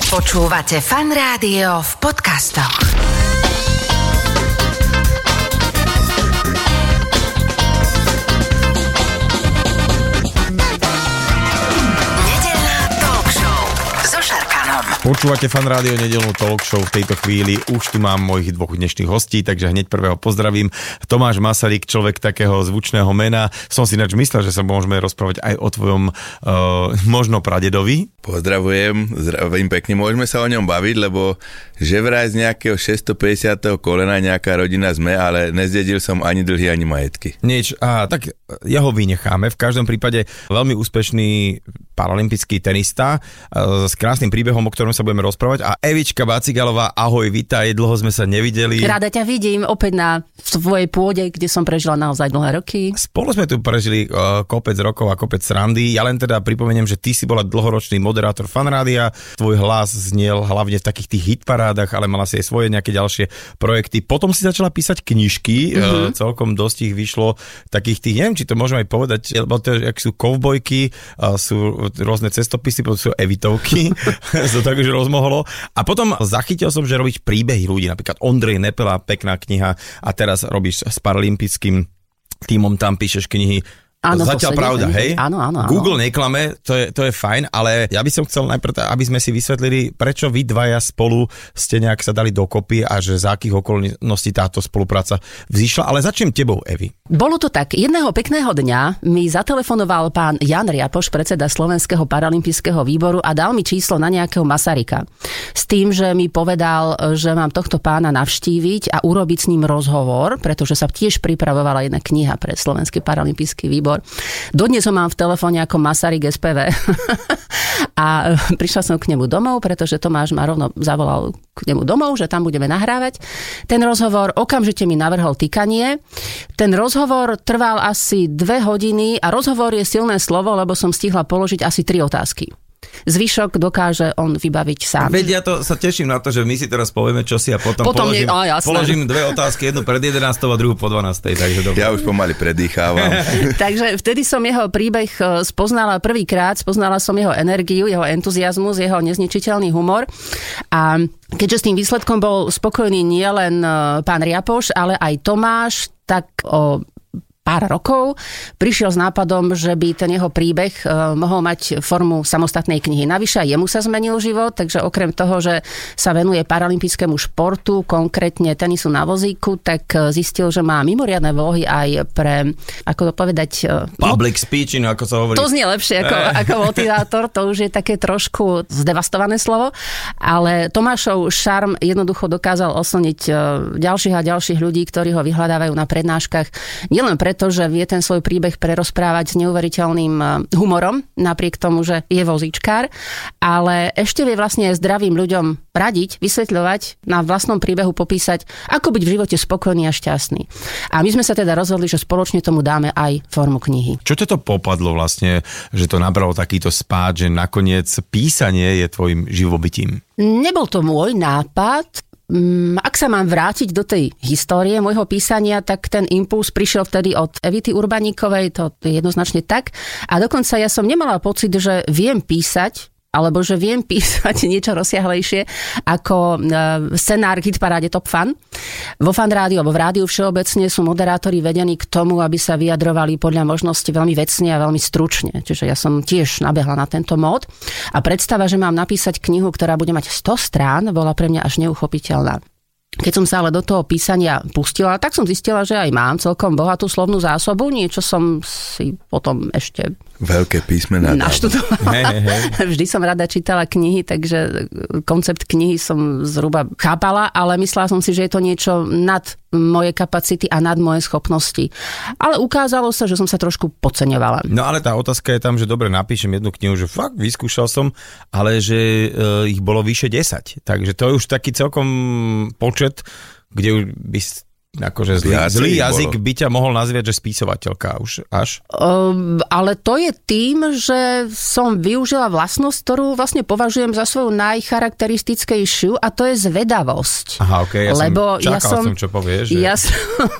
Počúvate Fan Rádio v podcastoch. Počúvate Fan Rádio, nedeľnú talk show. V tejto chvíli už tu mám mojich dvoch dnešných hostí, takže hneď prvého pozdravím. Tomáš Masaryk, človek takého zvučného mena. Som si ináč myslel, že sa môžeme rozprávať aj o tvojom možno pradedovi. Pozdravujem, zdravím pekne. Môžeme sa o ňom baviť, lebo že vraj z nejakého 650. kolena nejaká rodina sme, ale nezdedil som ani dlhy, ani majetky. Nič, tak jeho vynecháme. V každom prípade veľmi úspešný paralympijský tenista s krásnym príbehom, o ktorom sa budeme rozprávať. A Evička Bacigalová, ahoj, vítaj, dlho sme sa nevideli. Rada ťa vidím opäť na svojej pôde, kde som prežila naozaj dlhé roky. Spolu sme tu prežili kopec rokov a kopec srandy. Ja len teda pripomeniem, že ty si bola dlhoročný moderátor Fan Rádia. Tvoj hlas zniel hlavne v takých tých hitparádach, ale mala si aj svoje nejaké ďalšie projekty. Potom si začala písať knižky, celkom dosť ich vyšlo takých tých, neviem, či to môžeme aj povedať, lebo to jak sú kovbojky, sú rôzne cestopisy, potom sú evitovky. To tak už rozmohlo. A potom zachytil som, že robíš príbehy ľudí, napríklad Ondrej Nepela, pekná kniha, a teraz robíš s paralympijským tímom, tam píšeš knihy. Áno, zatiaľ pravda, hej? Áno. Google neklame, to je fajn, ale ja by som chcel najprv, aby sme si vysvetlili, prečo vy dvaja spolu ste nejak sa dali dokopy a že za akých okolností táto spolupráca vzýšla. Ale začnem tebou, Evi. Bolo to tak, jedného pekného dňa mi zatelefonoval pán Jan Riapoš, predseda Slovenského paralympijského výboru, a dal mi číslo na nejakého Masaryka. S tým, že mi povedal, že mám tohto pána navštíviť a urobiť s ním rozhovor, pretože sa tiež pripravovala jedna kniha pre Slovenský paralympijský výbor. Dodnes ho mám v telefóne ako Masaryk SPV. A prišla som k nemu domov, pretože Tomáš ma rovno zavolal k nemu domov, že tam budeme nahrávať. Ten rozhovor, okamžite mi navrhol tykanie. Ten rozhovor trval asi 2 hodiny a rozhovor je silné slovo, lebo som stihla položiť asi 3 otázky. Zvyšok dokáže on vybaviť sám. Veď ja to sa teším na to, že my si teraz povieme čosi a potom položím 2 otázky, jednu pred 11 a druhú po 12. Takže dobre. Ja už pomaly predýchávam. Takže vtedy som jeho príbeh spoznala prvýkrát, spoznala som jeho energiu, jeho entuziazmus, jeho nezničiteľný humor. A keďže s tým výsledkom bol spokojný nielen pán Riapoš, ale aj Tomáš, tak o pár rokov prišiel s nápadom, že by ten jeho príbeh mohol mať formu samostatnej knihy. Navyše jemu sa zmenil život, takže okrem toho, že sa venuje paralympijskému športu, konkrétne tenisu na vozíku, tak zistil, že má mimoriadne vlohy aj pre, ako to povedať... Public speeching, ako sa hovorí. To znie lepšie ako motivátor, to už je také trošku zdevastované slovo, ale Tomášov šarm jednoducho dokázal oslniť ďalších a ďalších ľudí, ktorí ho vyhľadávajú na prednáškach. Nielen preto, že vie ten svoj príbeh prerozprávať s neuveriteľným humorom, napriek tomu, že je vozíčkár, ale ešte vie vlastne zdravým ľuďom radiť, vysvetľovať, na vlastnom príbehu popísať, ako byť v živote spokojný a šťastný. A my sme sa teda rozhodli, že spoločne tomu dáme aj formu knihy. Čo ťa to popadlo vlastne, že to nabralo takýto spád, že nakoniec písanie je tvojim živobytím? Nebol to môj nápad. Ak sa mám vrátiť do tej histórie môjho písania, tak ten impuls prišiel vtedy od Evity Urbaníkovej, to je jednoznačne tak. A dokonca ja som nemala pocit, že viem písať, alebo že viem písať niečo rozsiahlejšie ako scenár k hitparáde Top Fan. Vo Fan Rádiu alebo v rádiu všeobecne sú moderátori vedení k tomu, aby sa vyjadrovali podľa možnosti veľmi vecne a veľmi stručne. Čiže ja som tiež nabehla na tento mód. A predstava, že mám napísať knihu, ktorá bude mať 100 strán, bola pre mňa až neuchopiteľná. Keď som sa ale do toho písania pustila, tak som zistila, že aj mám celkom bohatú slovnú zásobu. Niečo som si potom ešte veľké písmená naštudovala. Vždy som rada čítala knihy, takže koncept knihy som zhruba chápala, ale myslela som si, že je to niečo nad moje kapacity a nad moje schopnosti. Ale ukázalo sa, že som sa trošku podceňovala. No ale tá otázka je tam, že dobre, napíšem jednu knihu, že fakt vyskúšal som, ale že ich bolo vyše 10. Takže to je už taký celkom počet, kde už by akože zlý jazyk by ťa mohol nazvať, že spisovateľka už až? Ale to je tým, že som využila vlastnosť, ktorú vlastne považujem za svoju najcharakteristickejšiu, a to je zvedavosť. Aha, okej, čakal som, čo povieš. Že...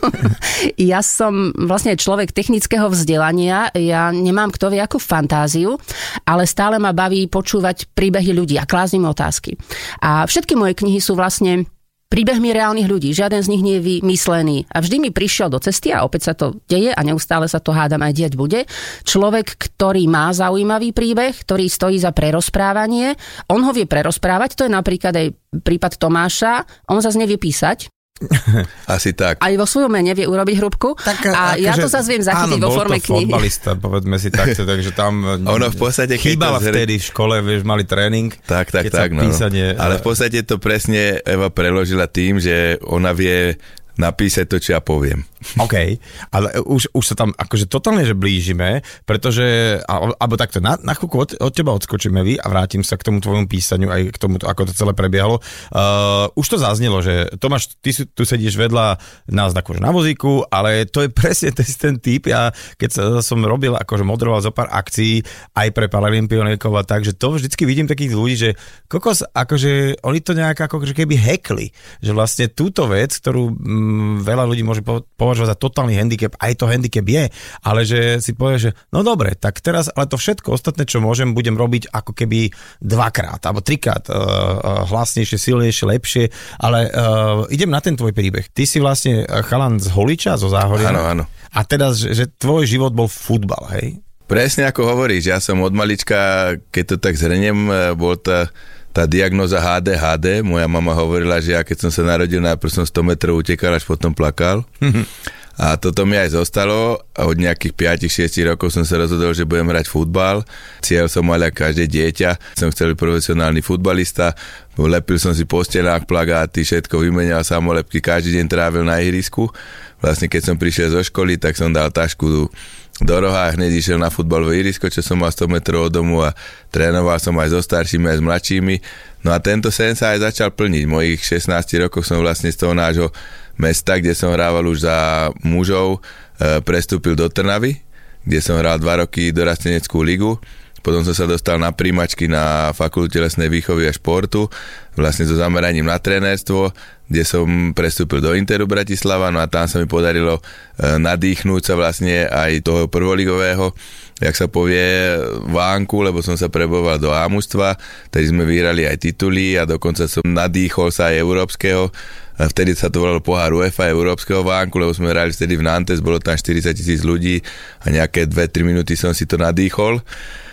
Ja som vlastne človek technického vzdelania, ja nemám kto vie akú fantáziu, ale stále ma baví počúvať príbehy ľudí a klásť im otázky. A všetky moje knihy sú vlastne príbehmi reálnych ľudí, žiaden z nich nie je vymyslený. A vždy mi prišiel do cesty, a opäť sa to deje a neustále sa to hádam aj diať bude, človek, ktorý má zaujímavý príbeh, ktorý stojí za prerozprávanie, on ho vie prerozprávať, to je napríklad aj prípad Tomáša, on zase nevie písať. Asi tak. Aj vo svojom mene vie urobiť hrubku. Tak, a ja to zase viem zachytiť vo forme knihy. Áno, bol to futbalista, povedzme si takto, takže tam ono v podstate, chýbala vtedy v škole, vieš, mali tréning. Tak, písanie, no. Ale v podstate to presne Eva preložila tým, že ona vie napísať to, čo ja poviem. OK, ale už sa tam akože totálne, že blížime, pretože, alebo takto, na chvíľku od teba odskočíme a vrátim sa k tomu tvojmu písaniu, aj k tomu, ako to celé prebiehalo. Už to zaznelo, že Tomáš, ty tu sedíš vedľa nás akože na vozíku, ale to je presne ten typ. Ja keď som robil, akože moderoval zo pár akcií aj pre paralympionikov a tak, že to vždycky vidím takých ľudí, že kokos, akože oni to nejak akože keby hackli, že vlastne túto vec, ktorú veľa ľudí môže považovať za totálny handicap, aj to handicap je, ale že si povie, že no dobre, tak teraz, ale to všetko ostatné, čo môžem, budem robiť ako keby 2-krát, alebo 3-krát hlasnejšie, silnejšie, lepšie, ale idem na ten tvoj príbeh. Ty si vlastne chalan z Holiča, zo Záhoria. Áno. A teraz, že tvoj život bol futbal, hej? Presne ako hovoríš, ja som od malička, keď to tak zhrniem, bol tá diagnóza HD. Moja mama hovorila, že ja keď som sa narodil, najprv som 100 metrov utekal, až potom plakal. A toto mi aj zostalo. A od nejakých 5-6 rokov som sa rozhodol, že budem hrať futbal. Cieľ som mal ako každé dieťa. Som chcel byť profesionálny futbalista. Lepil som si po stenách plagáty, všetko vymenial, samolepky. Každý deň trávil na ihrisku. Vlastne keď som prišiel zo školy, tak som dal tašku do roha a hneď išiel na futbalové ihrisko, čo som mal 100 metrov od domu, a trénoval som aj so staršími, aj s mladšími. No a tento sen sa aj začal plniť. V mojich 16 rokoch som vlastne z toho nášho mesta, kde som hrával už za mužov, prestúpil do Trnavy, kde som hral 2 roky dorasteneckú ligu. Potom som sa dostal na príjmačky na fakultu telesnej výchovy a športu, vlastne so zameraním na trénerstvo, kde som prestúpil do Interu Bratislava, no a tam sa mi podarilo nadýchnúť sa vlastne aj toho prvoligového, jak sa povie, vánku, lebo som sa preboval do A-mužstva, tedy sme vyhrali aj tituly a dokonca som nadýchol sa aj európskeho. Vtedy sa to volalo pohár UEFA európskeho vánku, lebo sme hrali vtedy v Nantes, bolo tam 40,000 ľudí a nejaké 2-3 minúty som si to nadýchol.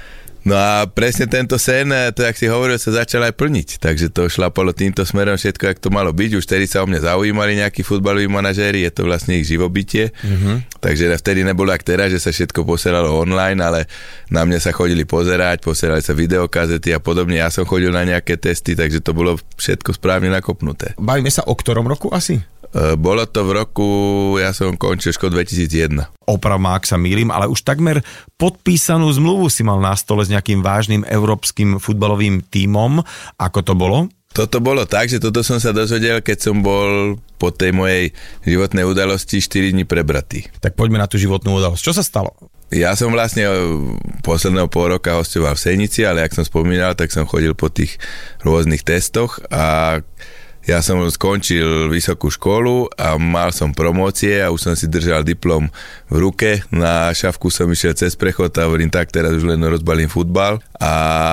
No a presne tento sen, to jak si hovoril, sa začal aj plniť, takže to šlapalo týmto smerom všetko, jak to malo byť. Už vtedy sa o mňa zaujímali nejakí futbaloví manažéri, je to vlastne ich živobytie, takže vtedy nebolo jak teraz, že sa všetko posielalo online, ale na mňa sa chodili pozerať, posielali sa videokazety a podobne, ja som chodil na nejaké testy, takže to bolo všetko správne nakopnuté. Bavíme sa o ktorom roku asi? Bolo to v roku, ja som končil školu 2001. Oprav ma, ak sa mýlim, ale už takmer podpísanú zmluvu si mal na stole s nejakým vážnym európskym futbalovým tímom. Ako to bolo? Toto bolo tak, že toto som sa dozvedel, keď som bol po tej mojej životnej udalosti 4 dní prebratý. Tak poďme na tú životnú udalosť. Čo sa stalo? Ja som vlastne posledného pol roka hostoval v Senici, ale jak som spomínal, tak som chodil po tých rôznych testoch a ja som skončil vysokú školu a mal som promócie a už som si držal diplom v ruke. Na šavku som išiel cez prechod a hovorím, tak teraz už len rozbalím futbal. A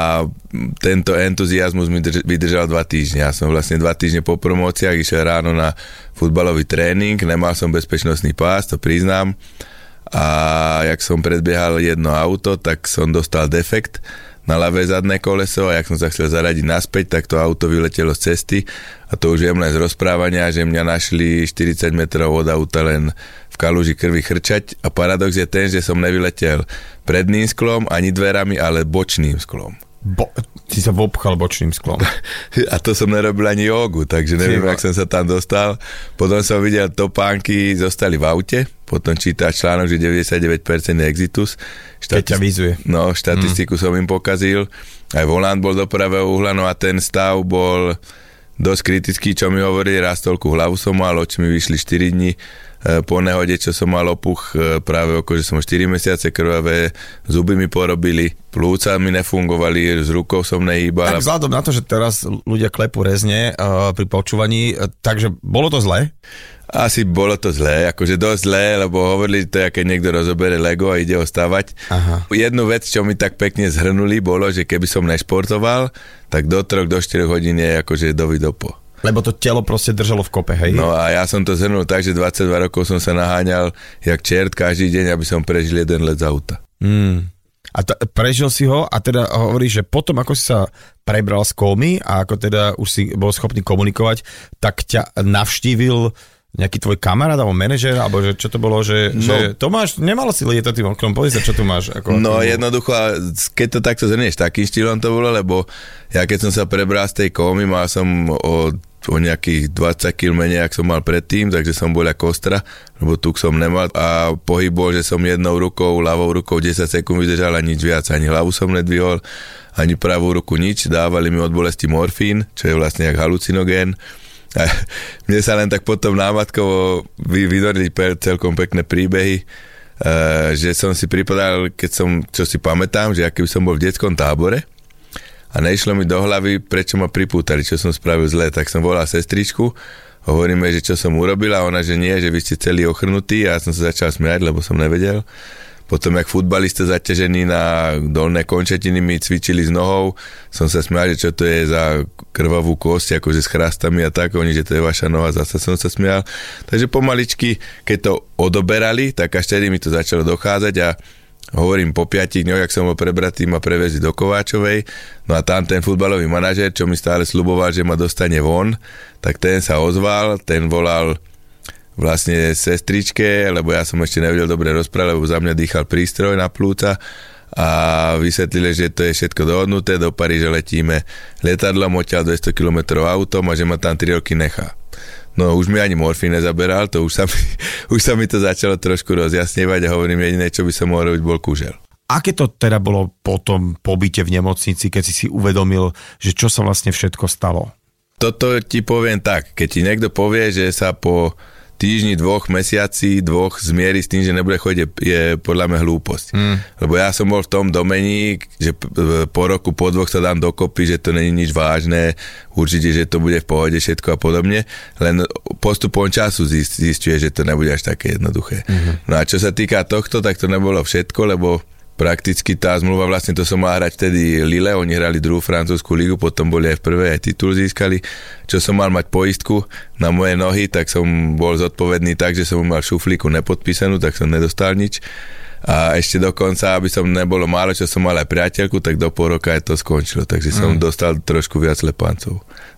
tento entuziasmus mi vydržal 2 týždne. Ja som vlastne 2 týždne po promóciách išiel ráno na futbalový tréning, nemal som bezpečnostný pás, to priznám. A jak som predbiehal jedno auto, tak som dostal defekt na ľavé zadné koleso a jak som sa chcel zaradiť naspäť, tak to auto vyletelo z cesty a to už viem len z rozprávania, že mňa našli 40 metrov od auta len v kaluži krvi chrčať a paradox je ten, že som nevyletel predným sklom ani dverami, ale bočným sklom. Si sa obchal bočným sklom. A to som nerobil ani jogu, takže neviem, jak som sa tam dostal. Potom som videl, topánky zostali v aute, potom čítal článok, že 99% je exitus. Keď ťa vyzuje. No, štatistiku som im pokazil. Aj volant bol do pravého uhla, no a ten stav bol dosť kritický, čo mi hovorili, raz toľku hlavu som mal, oči mi vyšli 4 dní po nehode, čo som mal opuch práve oko, že som 4 mesiace krvavé, zuby mi porobili, plúca mi nefungovali, s rukou som nehýbal. Tak vzhľadom na to, že teraz ľudia klepú rezne pri počúvaní, takže bolo to zlé? Asi bolo to zlé, akože dosť zlé, lebo hovorili to, keď niekto rozobere Lego a ide ho stavať. Aha. Jednu vec, čo mi tak pekne zhrnuli, bolo, že keby som nešportoval, tak do 3 do 4 hodín je akože dovidopo. Lebo to telo proste držalo v kope, hej? No a ja som to zhrnul tak, že 22 rokov som sa naháňal jak čert každý deň, aby som prežil jeden let z auta. A prežil si ho a teda hovoríš, že potom, ako si sa prebral z kómy a ako teda už si bol schopný komunikovať, tak ťa navštívil nejaký tvoj kamarát alebo manažer, alebo že čo to bolo, že Tomáš, nemal si lietať tým oknom, povedz sa, čo tu máš? Jednoducho, keď to takto zhrnieš, takým štýlom to bolo, lebo ja keď som sa prebral z tej kómy, mal som o nejakých 20 kg menej, ak som mal predtým, takže som bol ako kostra, lebo tuk som nemal a pohyb bol, že som jednou rukou, ľavou rukou 10 sekúnd vydržal a nič viac, ani hlavu som nedvihol, ani pravú ruku nič, dávali mi od bolesti morfín, čo je vlastne jak halucinogén. A mne sa len tak potom námatkovo vynorili celkom pekné príbehy, že som si pripadal, čo si pamätám, že aký som bol v detskom tábore a nešlo mi do hlavy, prečo ma pripútali, čo som spravil zle, tak som volal sestričku, hovoríme, že čo som urobil a ona, že nie, že vy ste celý ochrnutí a ja som sa začal smiať, lebo som nevedel. Potom, jak futbalista zaťažený na dolné končetiny mi cvičili s nohou, som sa smial, že čo to je za krvavú kosť, akože s chrastami a tak, oni, že to je vaša noha, zase som sa smial. Takže pomaličky, keď to odoberali, tak až tedy mi to začalo dochádzať a hovorím, po 5 dňoch, jak som bol prebratý, ma prevezli do Kováčovej, no a tam ten futbalový manažér, čo mi stále sľuboval, že ma dostane von, tak ten sa ozval, ten volal vlastne sestričke, lebo ja som ešte nevedel dobre rozprávať, lebo za mňa dýchal prístroj na plúca a vysvetlili, že to je všetko dohodnuté, do Paríža letíme lietadlom, odtiaľ 200 km autom a že ma tam 3 roky nechá. No už mi ani morfín nezaberal, to už sa mi to začalo trošku rozjasňovať a hovorím, jediné, čo by som mohol robiť, bol kužel. Aké to teda bolo po tom pobyte v nemocnici, keď si uvedomil, že čo sa vlastne všetko stalo? Toto ti poviem tak, keď ti niekto povie, že sa po týždni, 2 mesiaci, 2 zmieri s tým, že nebude chodiť, je podľa mňa hlúposť. Lebo ja som bol v tom domení, že po roku, po 2 sa dám dokopy, že to není nič vážne, určite, že to bude v pohode všetko a podobne, len postupom času zisťuje, že to nebude až také jednoduché. No a čo sa týka tohto, tak to nebolo všetko, lebo prakticky tá zmluva, vlastne to som mal hrať vtedy Lille, oni hrali 2. francúzsku ligu, potom boli aj v prvej, aj titul získali. Čo som mal mať poistku na moje nohy, tak som bol zodpovedný tak, že som mal šuflíku nepodpísanú, tak som nedostal nič. A ešte dokonca, aby som nebolo málo, čo som mal aj priateľku, tak do pol roka aj to skončilo, takže som dostal trošku viac lepáncov.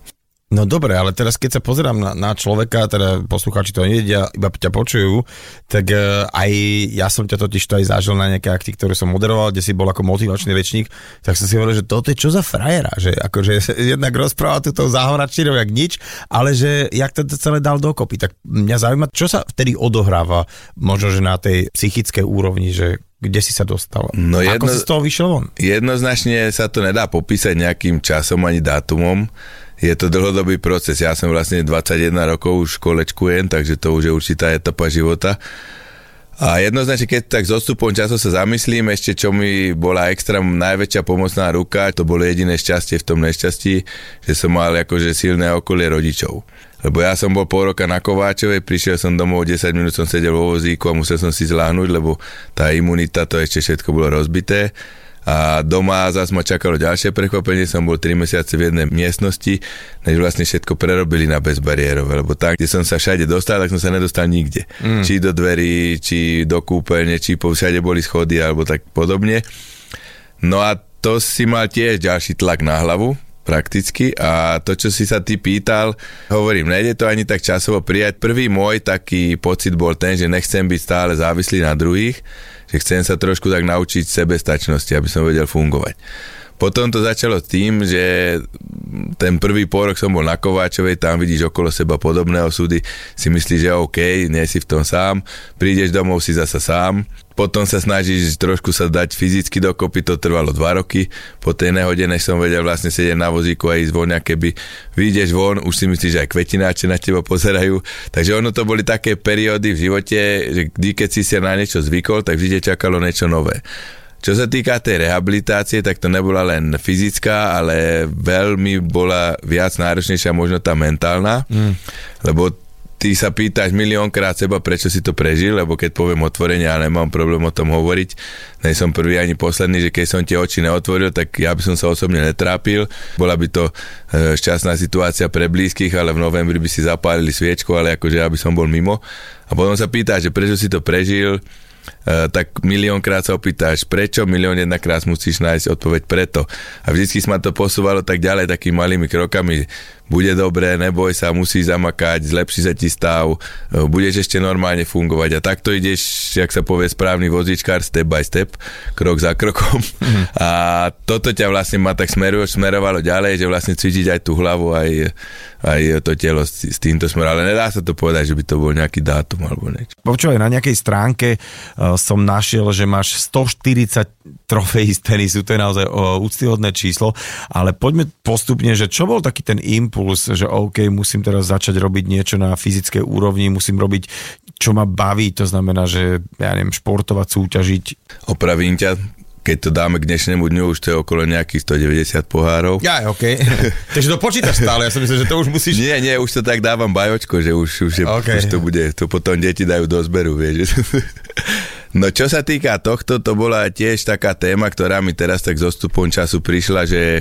No dobre, ale teraz keď sa pozerám na človeka, teda poslucháči to nevedia, iba ťa počujú, tak aj ja som ťa totiž to aj zažil na nejaké akty, ktoré som moderoval, kde si bol ako motivačný rečník, tak som si hovoril, že toto je čo za frajera, že akože jednak rozpráva túto záhoračírov jak nič, ale že jak to celé dal dokopy. Tak mňa zaujíma, čo sa vtedy odohráva, možno, že na tej psychickej úrovni, že kde si sa dostal? No ako si z toho vyšiel von? Jednoznačne sa to nedá popísať nejakým časom ani dátumom. Je to dlhodobý proces. Ja som vlastne 21 rokov už školečkujem, takže to už je určitá etapa života. A jednoznačne, keď tak s odstupom času sa zamyslím, ešte čo mi bola extra najväčšia pomocná ruka, to bolo jediné šťastie v tom nešťastí, že som mal akože silné okolie rodičov. Lebo ja som bol pol roka na Kováčovej, prišiel som domov, 10 minút som sedel vo vozíku a musel som si zláhnuť, lebo tá imunita, to ešte všetko bolo rozbité. A doma zase ma čakalo ďalšie prekvapenie, som bol 3 mesiace v jednej miestnosti, než vlastne všetko prerobili na bezbariérové, lebo tam, kde som sa všade dostal, tak som sa nedostal nikde. Či do dverí, či do kúpeľne, či všade boli schody, alebo tak podobne. No a to si mal tiež ďalší tlak na hlavu, prakticky, a to, čo si sa ty pýtal, hovorím, nejde to ani tak časovo prijať. Prvý môj taký pocit bol ten, že nechcem byť stále závislý na druhých, že chcem sa trošku tak naučiť sebestačnosti, aby som vedel fungovať. Potom to začalo tým, že ten prvý pôrok som bol na Kováčovej, tam vidíš okolo seba podobné osudy, si myslíš, že OK, nie si v tom sám, prídeš domov, si zasa sám, potom sa snažíš trošku sa dať fyzicky dokopy, to trvalo 2 roky, po tej nehode, než som vedel vlastne sedieť na vozíku a ísť von, a keby vyjdeš von, už si myslíš, že aj kvetináče na teba pozerajú, takže ono to boli také periódy v živote, že keď si sa na niečo zvykol, tak vždy čakalo niečo nové. Čo sa týka tej rehabilitácie, tak to nebola len fyzická, ale veľmi bola viac náročnejšia možno tá mentálna, lebo ty sa pýtaš miliónkrát seba, prečo si to prežil, lebo keď poviem otvorene, ja nemám problém o tom hovoriť, nej som prvý ani posledný, že keď som tie oči neotvoril, tak ja by som sa osobne netrápil, bola by to šťastná situácia pre blízkych, ale v novembri by si zapálili sviečku, ale akože ja by som bol mimo. A potom sa pýtaš, že prečo si to prežil, tak miliónkrát sa opýtaš prečo, milión jednakrát musíš nájsť odpoveď preto. A vždycky ma to posúvalo tak ďalej takými malými krokami. Bude dobré, neboj sa, musíš zamakať, zlepší sa ti stav, budeš ešte normálne fungovať a takto ideš, jak sa povie správny vozíčkár, step by step, krok za krokom. A toto ťa vlastne ma tak smerovalo ďalej, že vlastne cvičiť aj tú hlavu, aj to telo s týmto smerom. Ale nedá sa to povedať, že by to bol nejaký dátum alebo niečo. Počúvaj, na nejakej stránke som našiel, že máš 140 trofejí z tenisu, to je naozaj úctyhodné číslo, ale poďme postupne, že čo bol taký ten impuls, že OK, musím teraz začať robiť niečo na fyzickej úrovni, musím robiť, čo ma baví, to znamená, že ja neviem, športovať, súťažiť. Opravím ťa, keď to dáme k dnešnému dňu, už to je okolo nejakých 190 pohárov. Ja, OK. Takže to počítaš stále, ja som myslel, že to už musíš... Nie, už to tak dávam bajočko, že už to bude, to potom deti dajú do zberu, vieš. No čo sa týka tohto, to bola tiež taká téma, ktorá mi teraz tak s odstupom času prišla, že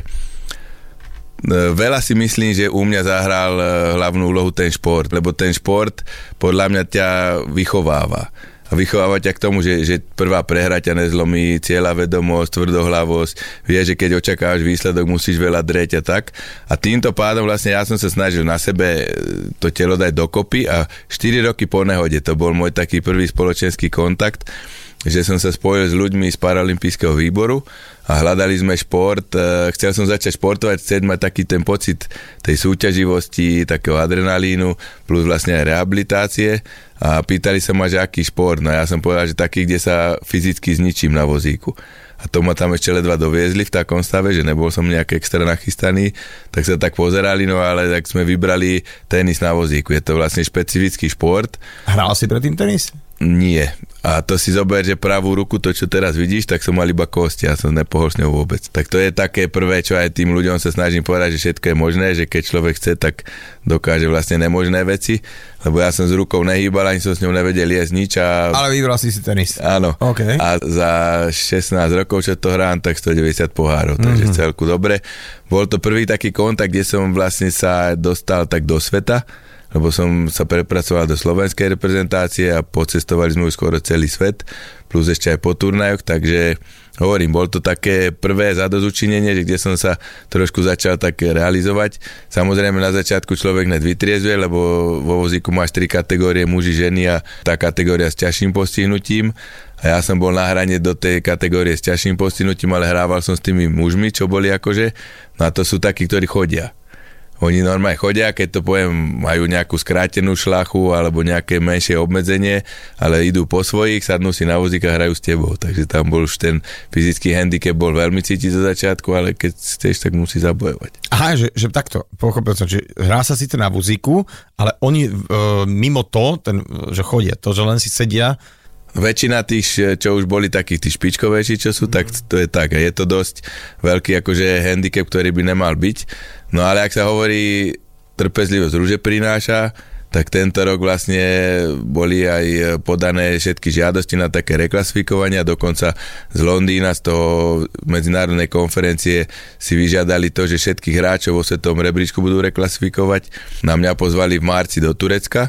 veľa si myslím, že u mňa zahral hlavnú úlohu ten šport, lebo ten šport podľa mňa ťa vychováva. A vychováva ťa k tomu, že prvá prehra ťa nezlomí, cieľavedomosť, tvrdohlavosť, vieš, že keď očakávaš výsledok, musíš veľa dreť a tak. A týmto pádom vlastne ja som sa snažil na sebe to telo dať dokopy a 4 roky po nehode, to bol môj taký prvý spoločenský kontakt, že som sa spojil s ľuďmi z Paralympijského výboru a hľadali sme šport. Chcel som začať športovať, chcieť mať taký ten pocit tej súťaživosti, takého adrenalínu, plus vlastne aj rehabilitácie a pýtali sa ma, že aký šport. No ja som povedal, že taký, kde sa fyzicky zničím na vozíku. A to ma tam ešte ledva doviezli v takom stave, že nebol som nejak extra nachystaný, tak sa tak pozerali, no ale tak sme vybrali tenis na vozíku. Je to vlastne špecifický šport. Hral si predtým tenis? Nie. A to si zober, že pravú ruku, to čo teraz vidíš, tak som mal iba kosti, ja som nepohol s ňou vôbec. Tak to je také prvé, čo aj tým ľuďom sa snažím povedať, že všetko je možné, že keď človek chce, tak dokáže vlastne nemožné veci, lebo ja som s rukou nehýbal, ani som s ňou nevedel jesť nič. Ale vybral si tenis. Áno. Okay. A za 16 rokov, čo to hrám, tak 190 pohárov, takže celku dobre. Bol to prvý taký kontakt, kde som vlastne sa dostal tak do sveta, lebo som sa prepracoval do slovenskej reprezentácie a pocestovali sme už skoro celý svet, plus ešte aj po turnajoch, takže hovorím, bol to také prvé zadozučinenie, kde som sa trošku začal tak realizovať. Samozrejme na začiatku človek hned vytriezuje, lebo vo vozíku máš 3 kategórie, muži, ženy a tá kategória s ťažším postihnutím. A ja som bol na hrane do tej kategórie s ťažším postihnutím, ale hrával som s tými mužmi, čo boli akože, no a to sú takí, ktorí chodia. Oni normálne chodia, keď to poviem, majú nejakú skrátenú šlachu alebo nejaké menšie obmedzenie, ale idú po svojich, sadnú si na vozík a hrajú s tebou. Takže tam bol už ten fyzický handicap bol veľmi cítiť zo začiatku, ale keď chceš, tak musí zabojovať. Aha, že takto, pochopil som, že hrá sa síce na vozíku, ale oni mimo to, že chodia, to, že len si sedia. Väčšina tých, čo už boli takí tí špičkovejší, čo sú, tak to je tak. A je to dosť veľký akože handicap, ktorý by nemal byť. No ale ak sa hovorí, trpezlivosť rúže prináša, tak tento rok vlastne boli aj podané všetky žiadosti na také reklasifikovania, dokonca z Londýna, z toho medzinárodnej konferencie si vyžiadali to, že všetkých hráčov vo svetovom rebríčku budú reklasifikovať. Na mňa pozvali v marci do Turecka,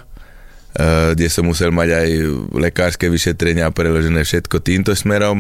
kde som musel mať aj lekárske vyšetrenia preložené všetko týmto smerom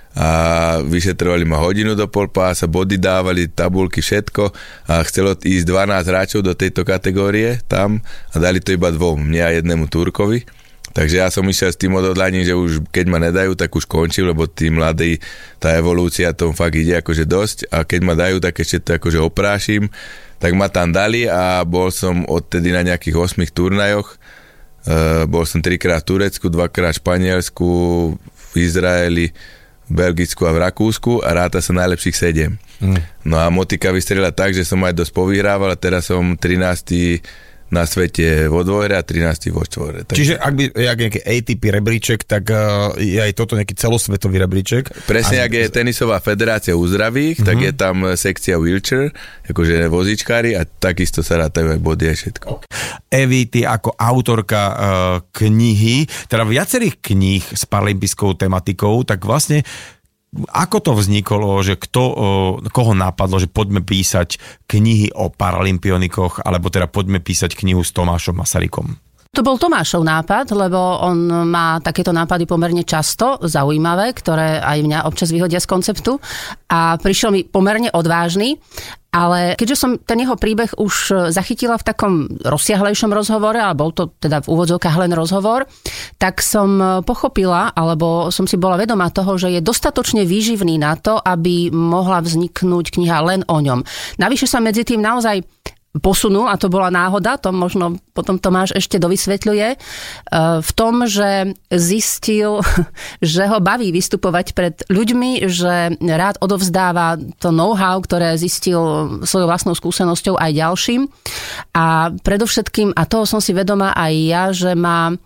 a vyšetrovali ma hodinu do polpása, body dávali, tabulky, všetko a chcelo ísť 12 hráčov do tejto kategórie tam a dali to iba 2, mne a jednému Turkovi. Takže ja som išiel s tým odhodlaním, že už keď ma nedajú, tak už končím, lebo tí mladí, tá evolúcia tom fakt ide akože dosť a keď ma dajú, tak ešte to akože oprášim. tak ma tam dali a bol som odtedy na nejakých 8 turnajoch. Bol som 3-krát v Turecku, 2-krát v Španielsku, v Izraeli, v Belgicku a v Rakúsku a ráta sa najlepších 7. No a motika vystrelila tak, že som aj dosť povyhrával a teraz som 13. na svete vo dvojhre a 13. vo štvorhre. Čiže ak by nejaký ATP rebríček, tak je aj toto nejaký celosvetový rebríček. Presne, ak je tenisová federácia uzdravých, tak je tam sekcia wheelchair, akože vozičkári a takisto sa rátajú aj body a všetko. Evi, ty ako autorka knihy, teda viacerých kníh s paralympijskou tematikou, tak vlastne ako to vzniklo, že koho napadlo, že poďme písať knihy o paralympionikoch, alebo teda poďme písať knihu s Tomášom Masarykom? To bol Tomášov nápad, lebo on má takéto nápady pomerne často, zaujímavé, ktoré aj mňa občas vyhodia z konceptu a prišiel mi pomerne odvážny, ale keďže som ten jeho príbeh už zachytila v takom rozsiahlejšom rozhovore, a bol to teda v úvodzovkách len rozhovor, tak som pochopila, alebo som si bola vedomá toho, že je dostatočne výživný na to, aby mohla vzniknúť kniha len o ňom. Navyše sa medzi tým naozaj posunul, a to bola náhoda, to možno potom Tomáš ešte dovysvetľuje, v tom, že zistil, že ho baví vystupovať pred ľuďmi, že rád odovzdáva to know-how, ktoré zistil svojou vlastnou skúsenosťou aj ďalším. A predovšetkým, a toho som si vedomá aj ja, že má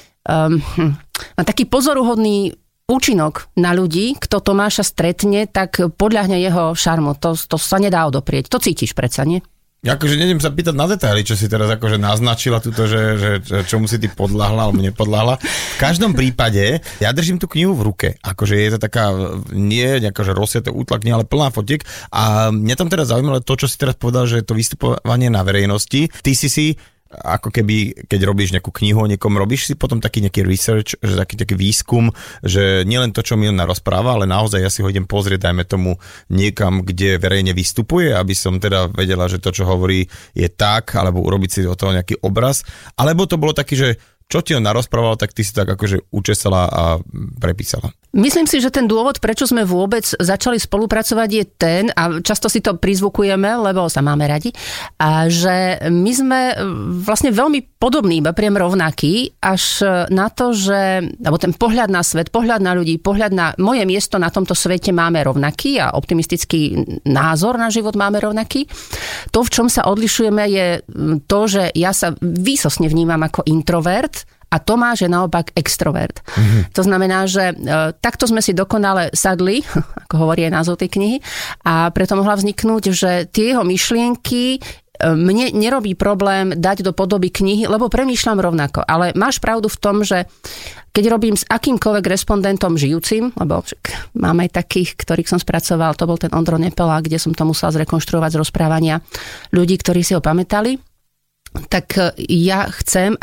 taký pozoruhodný účinok na ľudí, kto Tomáša stretne, tak podľahne jeho šarmu. To sa nedá odoprieť. To cítiš predsa, nie? Akože nejdem sa pýtať na detaily, čo si teraz akože naznačila tuto, že čomu si ty podľahla alebo nepodľahla. V každom prípade, ja držím tú knihu v ruke. Akože je to taká, nie nejaká, že rozsiaté útla kniha, ale plná fotiek. A mňa tam teraz zaujímalo to, čo si teraz povedal, že je to vystupovanie na verejnosti. Ty si ako keby, keď robíš nejakú knihu o niekom, robíš si potom taký nejaký research, že taký výskum, že nielen to, čo mi on rozpráva, ale naozaj ja si ho idem pozrieť, dajme tomu niekam, kde verejne vystupuje, aby som teda vedela, že to, čo hovorí, je tak, alebo urobiť si o toho nejaký obraz. Alebo to bolo taký, že čo ti on narozprával, tak ty si tak akože učesala a prepísala. Myslím si, že ten dôvod, prečo sme vôbec začali spolupracovať, je ten, a často si to prizvukujeme, lebo sa máme radi, a že my sme vlastne veľmi podobní, iba priam rovnakí, až na to, že alebo ten pohľad na svet, pohľad na ľudí, pohľad na moje miesto na tomto svete máme rovnaký a optimistický názor na život máme rovnaký. To, v čom sa odlišujeme, je to, že ja sa výsostne vnímam ako introvert, a Tomáš je naopak extrovert. To znamená, že takto sme si dokonale sadli, ako hovorí aj názov tej knihy, a preto mohla vzniknúť, že tie jeho myšlienky mne nerobí problém dať do podoby knihy, lebo premýšľam rovnako. Ale máš pravdu v tom, že keď robím s akýmkoľvek respondentom žijúcim, lebo mám aj takých, ktorých som spracoval, to bol ten Ondro Nepela, kde som to musela zrekonštruovať z rozprávania ľudí, ktorí si ho pamätali, tak ja chcem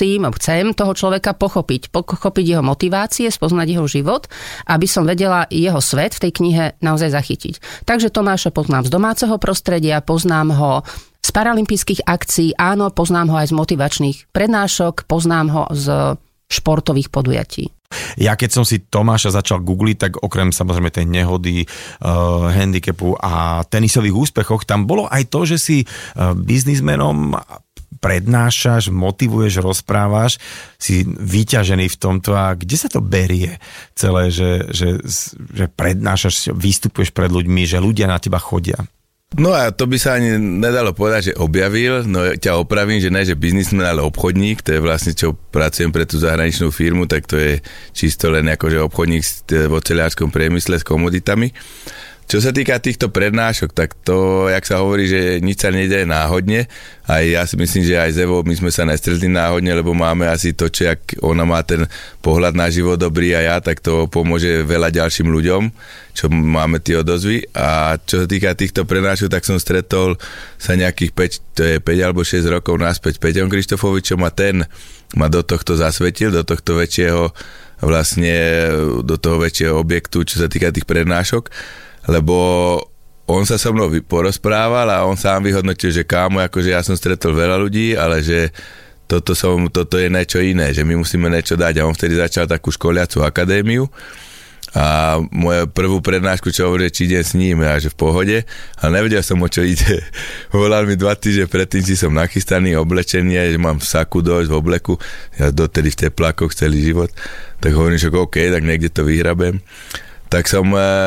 toho človeka pochopiť jeho motivácie, spoznať jeho život, aby som vedela jeho svet v tej knihe naozaj zachytiť. Takže Tomáša poznám z domáceho prostredia, poznám ho z paralympijských akcií, áno, poznám ho aj z motivačných prednášok, poznám ho z športových podujatí. Ja keď som si Tomáša začal googliť, tak okrem samozrejme tej nehody, handicapu a tenisových úspechoch, tam bolo aj to, že si biznismenom prednášaš, motivuješ, rozprávaš, si vyťažený v tomto a kde sa to berie celé, že prednášaš, vystupuješ pred ľuďmi, že ľudia na teba chodia? No a to by sa ani nedalo povedať, že objavil, no ťa opravím, že ne, že biznismen, ale obchodník, to je vlastne, čo pracujem pre tú zahraničnú firmu, tak to je čisto len akože obchodník v oceliárskom priemysle s komoditami. Čo sa týka týchto prednášok, tak to, jak sa hovorí, že nič sa nedeje náhodne, aj ja si myslím, že aj s Evou my sme sa nestretli náhodne, lebo máme asi to, čo jak ona má ten pohľad na život dobrý a ja, tak to pomôže veľa ďalším ľuďom, čo máme tie odozvy. A čo sa týka týchto prednášok, tak som stretol sa nejakých 5 alebo 6 rokov naspäť Peťom Krištofovičom a ten ma do tohto zasvetil, do tohto väčšieho vlastne, do toho väčšieho objektu, čo sa týka tých prednášok, lebo on sa so mnou porozprával a on sám vyhodnotil, že kámo, akože ja som stretol veľa ľudí, ale že toto je niečo iné, že my musíme niečo dať a on vtedy začal takú školiacu akadémiu A moju prvú prednášku, čo hovorí, či idem s ním, a že v pohode, ale nevedel som, o čo ide. Volal mi 2 týždne predtým, či som nachystaný, oblečený, že mám v saku dojsť, v obleku, ja dotedy v teplákoch celý život, tak hovorím, že OK, tak niekde to vyhrabem. Tak som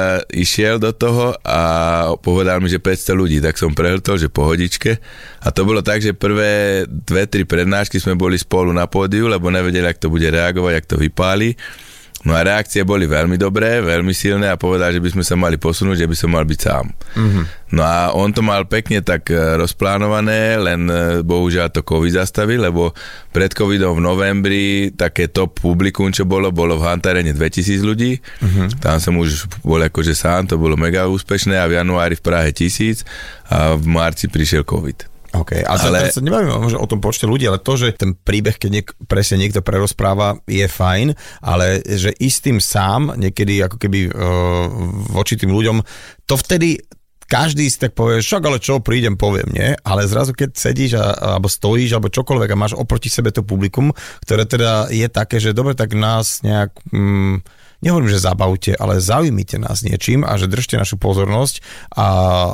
išiel do toho a povedal mi, že 500 ľudí, tak som prehltol, že pohodičke. A to bolo tak, že prvé 2-3 prednášky sme boli spolu na pódiu, lebo nevedeli, jak to bude reagovať, jak to vypáli. No a reakcie boli veľmi dobré, veľmi silné a povedal, že by sme sa mali posunúť, že by som mal byť sám. Mm-hmm. No a on to mal pekne tak rozplánované, len bohužiaľ to COVID zastavil, lebo pred covidom v novembri také top publikum, čo bolo v Hantarene 2000 ľudí. Mm-hmm. Tam som už bol akože sám, to bolo mega úspešné a v januári v Prahe 1000 a v marci prišiel COVID. OK, ale teraz sa nebavíme o tom počte ľudí, ale to, že ten príbeh, keď presne niekto prerozpráva, je fajn, ale že istým sám, niekedy ako keby voči tým ľuďom, to vtedy každý si tak povie, však ale čo, prídem, poviem, nie? Ale zrazu, keď sedíš alebo stojíš, alebo čokoľvek a máš oproti sebe to publikum, ktoré teda je také, že dobre, tak nás nejak... nehovorím, že zabavte, ale zaujímite nás niečím a že držte našu pozornosť a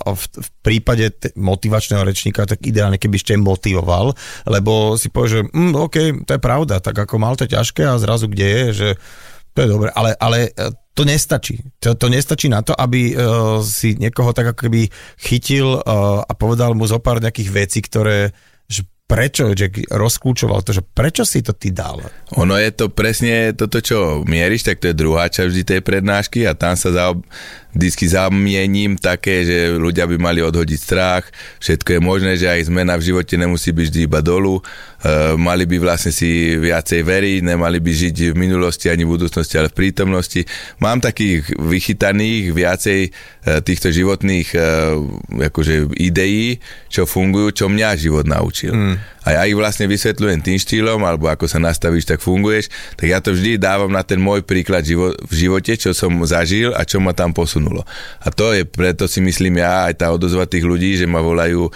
v prípade motivačného rečníka tak ideálne, keby ešte motivoval, lebo si povie, že OK, to je pravda, tak ako mal to ťažké a zrazu kde je, že to je dobre, ale to nestačí. To nestačí na to, aby si niekoho tak ako keby chytil a povedal mu zo pár nejakých vecí, ktoré prečo, že rozklúčoval to, že prečo si to ty dal? Ono je to presne toto, čo mieríš, tak to je druhá časť vždy tej prednášky a tam sa vždycky zamiením také, že ľudia by mali odhodiť strach, všetko je možné, že aj zmena v živote nemusí byť vždy iba dolu, mali by vlastne si viacej veriť, nemali by žiť v minulosti ani v budúcnosti, ale v prítomnosti. Mám takých vychytaných viacej týchto životných akože ideí, čo fungujú, čo mňa život naučil. A ja ich vlastne vysvetľujem tým štýlom, alebo ako sa nastavíš, tak funguješ, tak ja to vždy dávam na ten môj príklad v živote, čo som zažil a čo ma tam posunulo. A to je, preto si myslím ja, aj tá odozva tých ľudí, že ma volajú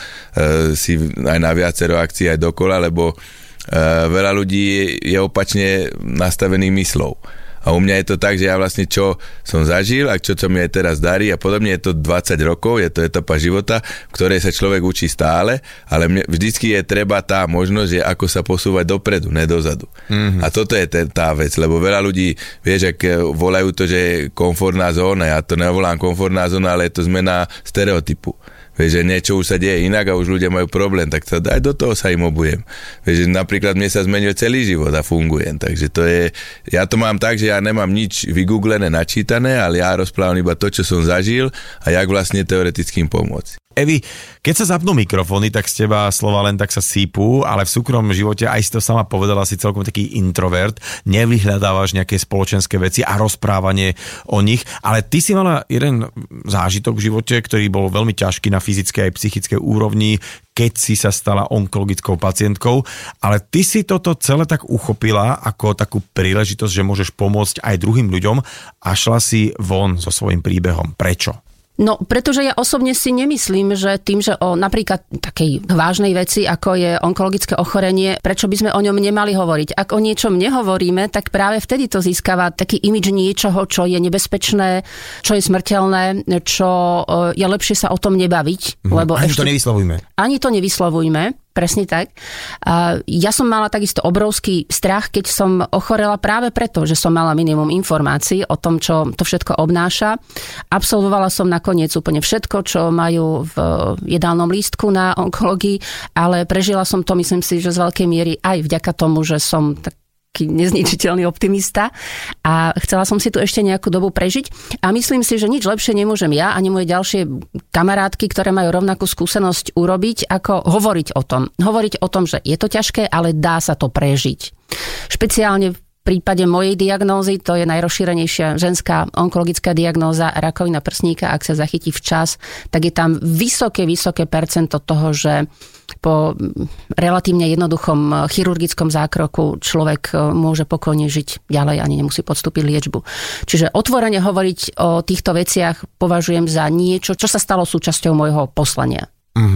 si aj na viacero akcií aj dokola, lebo veľa ľudí je opačne nastavených myslov. A u mňa je to tak, že ja vlastne čo som zažil a čo mi aj teraz darí a podobne je to 20 rokov, je to etapa života, v ktorej sa človek učí stále, ale vždycky je treba tá možnosť, že ako sa posúvať dopredu, ne dozadu. Mm-hmm. A toto je tá vec, lebo veľa ľudí, vieš, ak volajú to, že je komfortná zóna, ja to nevolám komfortná zóna, ale je to zmena stereotypu. Vieš, že niečo už sa deje inak a už ľudia majú problém, tak sa aj do toho sa im obujem. Vieš, že napríklad mne sa zmenil celý život a fungujem, takže to je, ja to mám tak, že ja nemám nič vygooglené, načítané, ale ja rozprávam iba to, čo som zažil a jak vlastne teoretickým pomôcť. Evi, keď sa zapnú mikrofóny, tak z teba slova len tak sa sípú, ale v súkromnom živote, aj si to sama povedala, si celkom taký introvert, nevyhľadávaš nejaké spoločenské veci a rozprávanie o nich, ale ty si mala jeden zážitok v živote, ktorý bol veľmi ťažký na fyzickej aj psychickej úrovni, keď si sa stala onkologickou pacientkou, ale ty si toto celé tak uchopila ako takú príležitosť, že môžeš pomôcť aj druhým ľuďom a šla si von so svojím príbehom. Prečo? No, pretože ja osobne si nemyslím, že tým, že o napríklad takej vážnej veci, ako je onkologické ochorenie, prečo by sme o ňom nemali hovoriť. Ak o niečom nehovoríme, tak práve vtedy to získava taký imidž niečoho, čo je nebezpečné, čo je smrteľné, čo je lepšie sa o tom nebaviť. Lebo ani to nevyslovujme. Ani to nevyslovujme. Presne tak. Ja som mala takisto obrovský strach, keď som ochorela práve preto, že som mala minimum informácií o tom, čo to všetko obnáša. Absolvovala som nakoniec úplne všetko, čo majú v jedálnom lístku na onkológii, ale prežila som to, myslím si, že z veľkej miery aj vďaka tomu, že som taký nezničiteľný optimista a chcela som si tu ešte nejakú dobu prežiť a myslím si, že nič lepšie nemôžem ja ani moje ďalšie kamarátky, ktoré majú rovnakú skúsenosť urobiť, ako hovoriť o tom. Hovoriť o tom, že je to ťažké, ale dá sa to prežiť. Špeciálne v prípade mojej diagnózy, to je najrozšírenejšia ženská onkologická diagnóza rakovina prsníka, ak sa zachytí včas, tak je tam vysoké percento toho, že po relatívne jednoduchom chirurgickom zákroku človek môže pokojne žiť ďalej, ani nemusí podstúpiť liečbu. Čiže otvorene hovoriť o týchto veciach považujem za niečo, čo sa stalo súčasťou môjho poslania.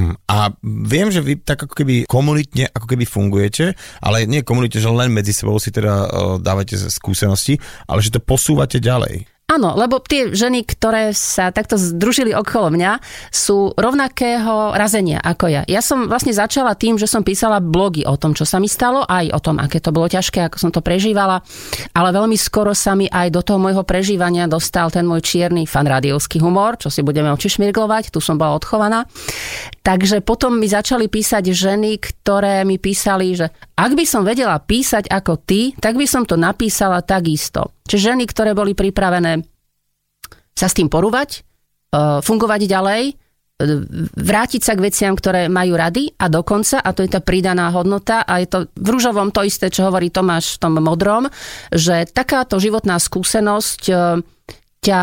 A viem, že vy tak ako keby komunitne ako keby fungujete, ale nie komunitne, že len medzi sebou si teda dávate skúsenosti, ale že to posúvate ďalej. Áno, lebo tie ženy, ktoré sa takto združili okolo mňa, sú rovnakého razenia ako ja. Ja som vlastne začala tým, že som písala blogy o tom, čo sa mi stalo, aj o tom, aké to bolo ťažké, ako som to prežívala, ale veľmi skoro sa mi aj do toho môjho prežívania dostal ten môj čierny fanrádiovský humor, čo si budeme očišmirglovať, tu som bola odchovaná. Takže potom mi začali písať ženy, ktoré mi písali, že ak by som vedela písať ako ty, tak by som to napísala takisto. Čiže ženy, ktoré boli pripravené sa s tým porúvať, fungovať ďalej, vrátiť sa k veciam, ktoré majú rady a dokonca, a to je tá pridaná hodnota, a je to v ružovom to isté, čo hovorí Tomáš v tom modrom, že takáto životná skúsenosť ťa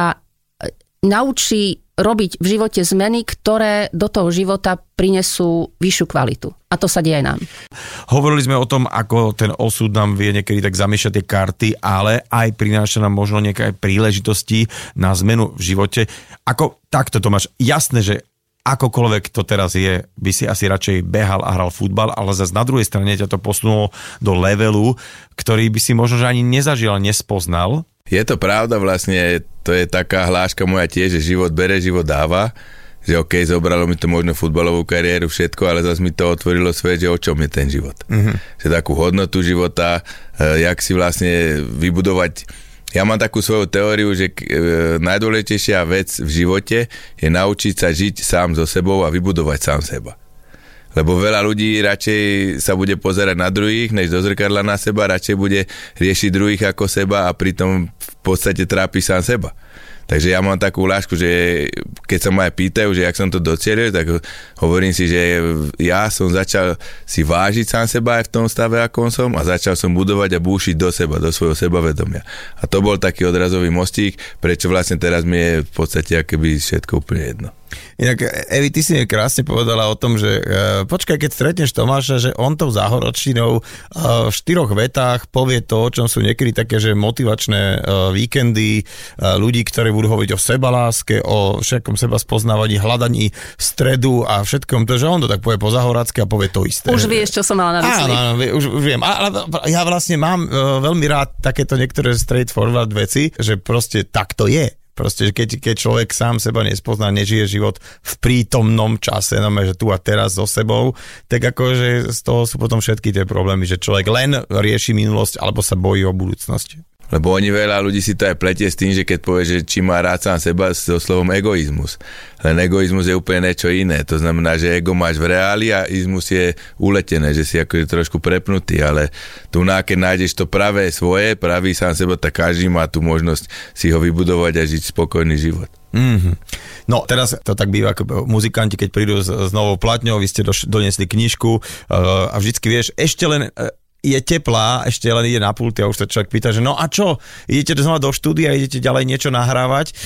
naučí robiť v živote zmeny, ktoré do toho života prinesú vyššiu kvalitu. A to sa deje aj nám. Hovorili sme o tom, ako ten osud nám vie niekedy tak zamiešať tie karty, ale aj prináša nám možno nejaké príležitosti na zmenu v živote. Ako takto, Tomáš, jasné, že akokoľvek to teraz je, by si asi radšej behal a hral futbal, ale zase na druhej strane ťa to posunulo do levelu, ktorý by si možno že ani nezažil, nespoznal. Je to pravda vlastne, to je taká hláška moja tiež, že život bere, život dáva, že okej, zobralo mi to možno futbalovú kariéru, všetko, ale zase mi to otvorilo svet, že o čom je ten život. Že takú hodnotu života, jak si vlastne vybudovať. Ja mám takú svoju teóriu, že najdôležitejšia vec v živote je naučiť sa žiť sám so sebou a vybudovať sám seba. Lebo veľa ľudí radšej sa bude pozerať na druhých, než do zrkadla na seba, radšej bude riešiť druhých ako seba a pritom v podstate trápi sám seba. Takže ja mám takú lášku, že keď sa ma aj pýtajú, že jak som to docielil, tak hovorím si, že ja som začal si vážiť sám seba aj v tom stave, ako som, a začal som budovať a búšiť do seba, do svojho sebavedomia. A to bol taký odrazový mostík, prečo vlastne teraz mi je v podstate akoby všetko úplne jedno. Inak, Evi, ty si mi krásne povedala o tom, že počkaj, keď stretneš Tomáša, že on tou záhoročinou v 4 vetách povie to, o čom sú niekedy také, že motivačné víkendy ľudí, ktorí budú hovoriť o sebaláske, o všetkom seba spoznávaní, hľadaní stredu a všetkom, to, že on to tak povie po záhorácky a povie to isté. Už vieš, čo som mala na mysli. Áno, už viem. Ale ja vlastne mám veľmi rád takéto niektoré straightforward veci, že proste tak to je. Proste, keď človek sám seba nespozná, nežije život v prítomnom čase, že tu a teraz so sebou, tak akože z toho sú potom všetky tie problémy, že človek len rieši minulosť alebo sa bojí o budúcnosti. Lebo oni veľa ľudí si to aj pletie s tým, že keď povie, že či má rád sám seba so slovom egoizmus. Len egoizmus je úplne niečo iné. To znamená, že ego máš v reáli a izmus je uletené, že si akože trošku prepnutý, ale tu keď nájdeš to pravé svoje, pravý sám seba, tak každý má tú možnosť si ho vybudovať a žiť spokojný život. Mm-hmm. No teraz to tak býva, ako muzikanti, keď prídu s novou platňou, vy ste donesli knižku a vždycky vieš, ešte len je teplá, ešte len ide na pulty a už sa človek pýta, že no a čo? Idete znova do štúdia, idete ďalej niečo nahrávať?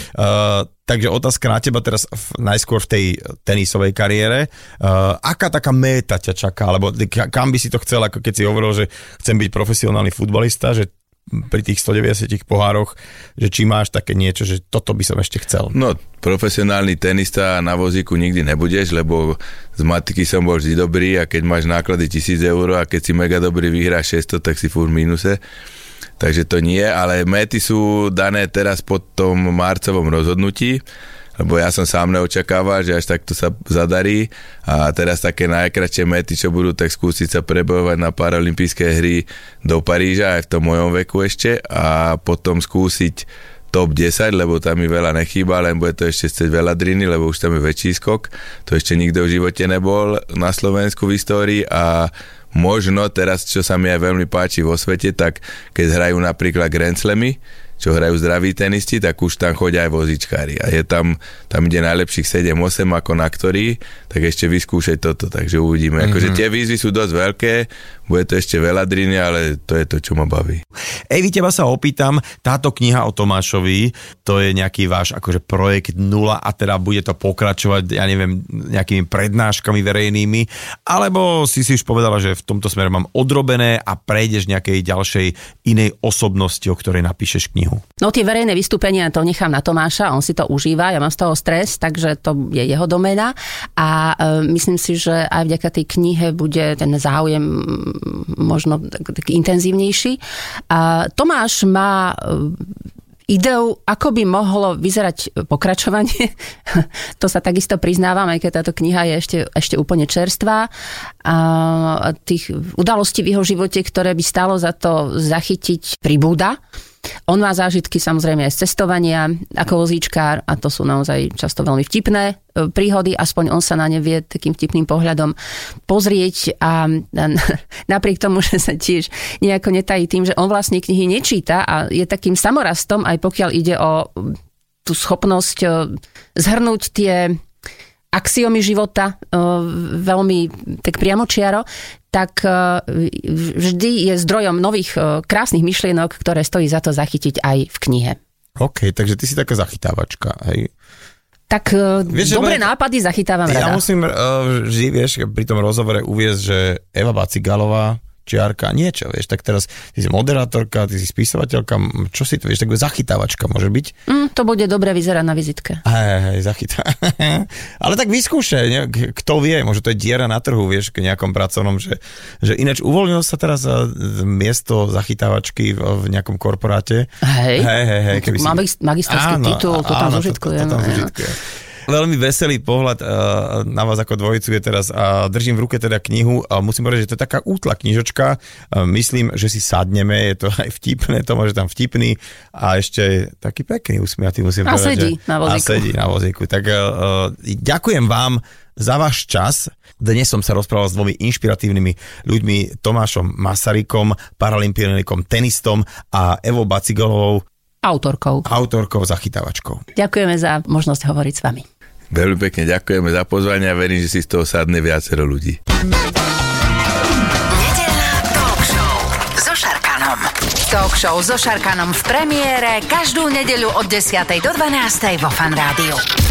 Takže otázka na teba teraz najskôr v tej tenisovej kariére. Aká taká méta ťa čaká? Alebo kam by si to chcel, ako keď si hovoril, že chcem byť profesionálny futbalista, že pri tých 190 pohároch, že či máš také niečo, že toto by som ešte chcel? No, profesionálny tenista na vozíku nikdy nebudeš, lebo z matiky som bol vždy dobrý a keď máš náklady 1000 eur a keď si mega dobrý vyhráš 600, tak si furt v mínuse. Takže to nie, ale méty sú dané teraz po tom marcovom rozhodnutí, lebo ja som sám neočakával, že až takto sa zadarí a teraz také najkratšie mety, čo budú, tak skúsiť sa prebojovať na paralympijské hry do Paríža aj v tom mojom veku ešte a potom skúsiť top 10, lebo tam mi veľa nechýba, len bude to ešte chcieť veľa driny, lebo už tam je väčší skok. To ešte nikto v živote nebol na Slovensku v histórii a možno teraz, čo sa mi aj veľmi páči vo svete, tak keď hrajú napríklad Grand Slamy, čo hrajú zdraví tenisti, tak už tam chodia aj vozičkári. A je tam ide najlepších 7-8 ako na ktorý, tak ešte vyskúšaj toto, takže uvidíme. Akože tie výzvy sú dosť veľké, bude to ešte veľa driny, ale to je to, čo ma baví. Evi, teba sa opýtam, táto kniha o Tomášovi, to je nejaký váš akože projekt 0 a teda bude to pokračovať, ja neviem, nejakými prednáškami verejnými, alebo si už povedala, že v tomto smere mám odrobené a prejdeš nejakej ďalšej inej osobnosti, o ktorej napíšeš knihu? No tie verejné vystúpenia to nechám na Tomáša, on si to užíva, ja mám z toho stres, takže to je jeho doména a myslím si, že aj vďaka tej knihe bude ten záujem možno taký intenzívnejší. A Tomáš má ideou, ako by mohlo vyzerať pokračovanie. To sa takisto priznávam, aj keď táto kniha je ešte úplne čerstvá. A tých udalostí v jeho živote, ktoré by stálo za to zachytiť, pribúda. On má zážitky samozrejme aj z cestovania ako vozíčkár a to sú naozaj často veľmi vtipné príhody, aspoň on sa na ne vie takým vtipným pohľadom pozrieť a napriek tomu, že sa tiež nejako netají tým, že on vlastne knihy nečíta a je takým samorastom, aj pokiaľ ide o tú schopnosť zhrnúť tie axiomy života veľmi tak priamočiaro, tak vždy je zdrojom nových krásnych myšlienok, ktoré stojí za to zachytiť aj v knihe. OK, takže ty si taká zachytávačka, hej? Tak dobré nápady zachytávam rada. Ja musím vždy, vieš, pri tom rozhovore uviesť, že Eva Bacigalová, čiarka, niečo, vieš, tak teraz ty si moderátorka, ty si spisovateľka, čo si to, vieš, tak zachytávačka môže byť? To bude dobre vyzerať na vizitke. Hej, ale tak vyskúšaj, kto vie, možno to je diera na trhu, vieš, k nejakom pracovnom, že ináč uvoľnilo sa teraz miesto zachytávačky v nejakom korporáte. Hej. Magisterský titul, to tam zužitkujem. Veľmi veselý pohľad na vás ako dvojicu je teraz. Držím v ruke teda knihu a musím povedať, že to je taká útla knižočka. Myslím, že si sadneme, je to aj vtipné, to môže tam vtipný a ešte taký pekný usmiatý, musím povedať. A sedí na vozíku. Tak ďakujem vám za váš čas. Dnes som sa rozprával s dvomi inšpiratívnymi ľuďmi, Tomášom Masarykom, paralympionikom, tenistom a Evou Bacigalovou, autorkou, zachytávačkou. Ďakujeme za možnosť hovoriť s vami. Veľmi pekne ďakujeme za pozvanie a verím, že si z toho sadne viacero ľudí. Nedeľná talk show so Šarkanom. Talk show so Šarkanom v premiére každú nedeľu od 10. do 12. vo Fan Rádiu.